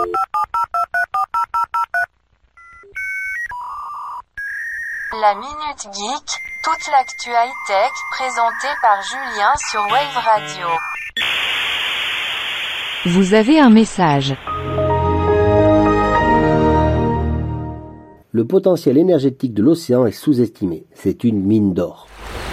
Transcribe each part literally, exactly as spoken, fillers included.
La Minute Geek, toute l'actu high-tech, présentée par Julien sur Wave Radio. Vous avez un message. Le potentiel énergétique de l'océan est sous-estimé. C'est une mine d'or.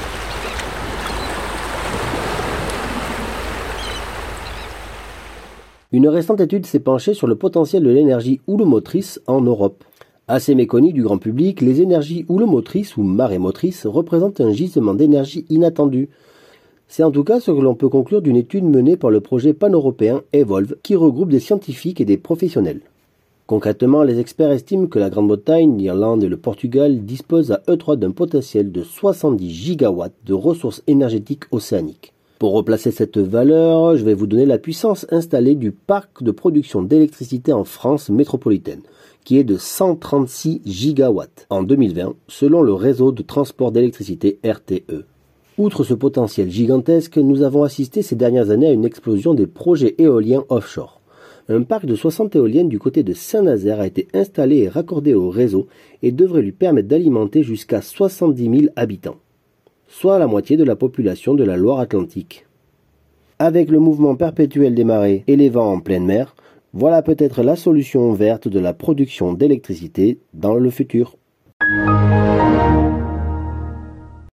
Une récente étude s'est penchée sur le potentiel de l'énergie houlomotrice en Europe. Assez méconnues du grand public, les énergies houlomotrices ou marémotrices représentent un gisement d'énergie inattendu. C'est en tout cas ce que l'on peut conclure d'une étude menée par le projet pan-européen Evolve, qui regroupe des scientifiques et des professionnels. Concrètement, les experts estiment que la Grande-Bretagne, l'Irlande et le Portugal disposent à eux trois d'un potentiel de soixante-dix gigawatts de ressources énergétiques océaniques. Pour replacer cette valeur, je vais vous donner la puissance installée du parc de production d'électricité en France métropolitaine, qui est de cent trente-six gigawatts en deux mille vingt, selon le réseau de transport d'électricité R T E. Outre ce potentiel gigantesque, nous avons assisté ces dernières années à une explosion des projets éoliens offshore. Un parc de soixante éoliennes du côté de Saint-Nazaire a été installé et raccordé au réseau et devrait lui permettre d'alimenter jusqu'à soixante-dix mille habitants, soit la moitié de la population de la Loire-Atlantique. Avec le mouvement perpétuel des marées et les vents en pleine mer, voilà peut-être la solution verte de la production d'électricité dans le futur.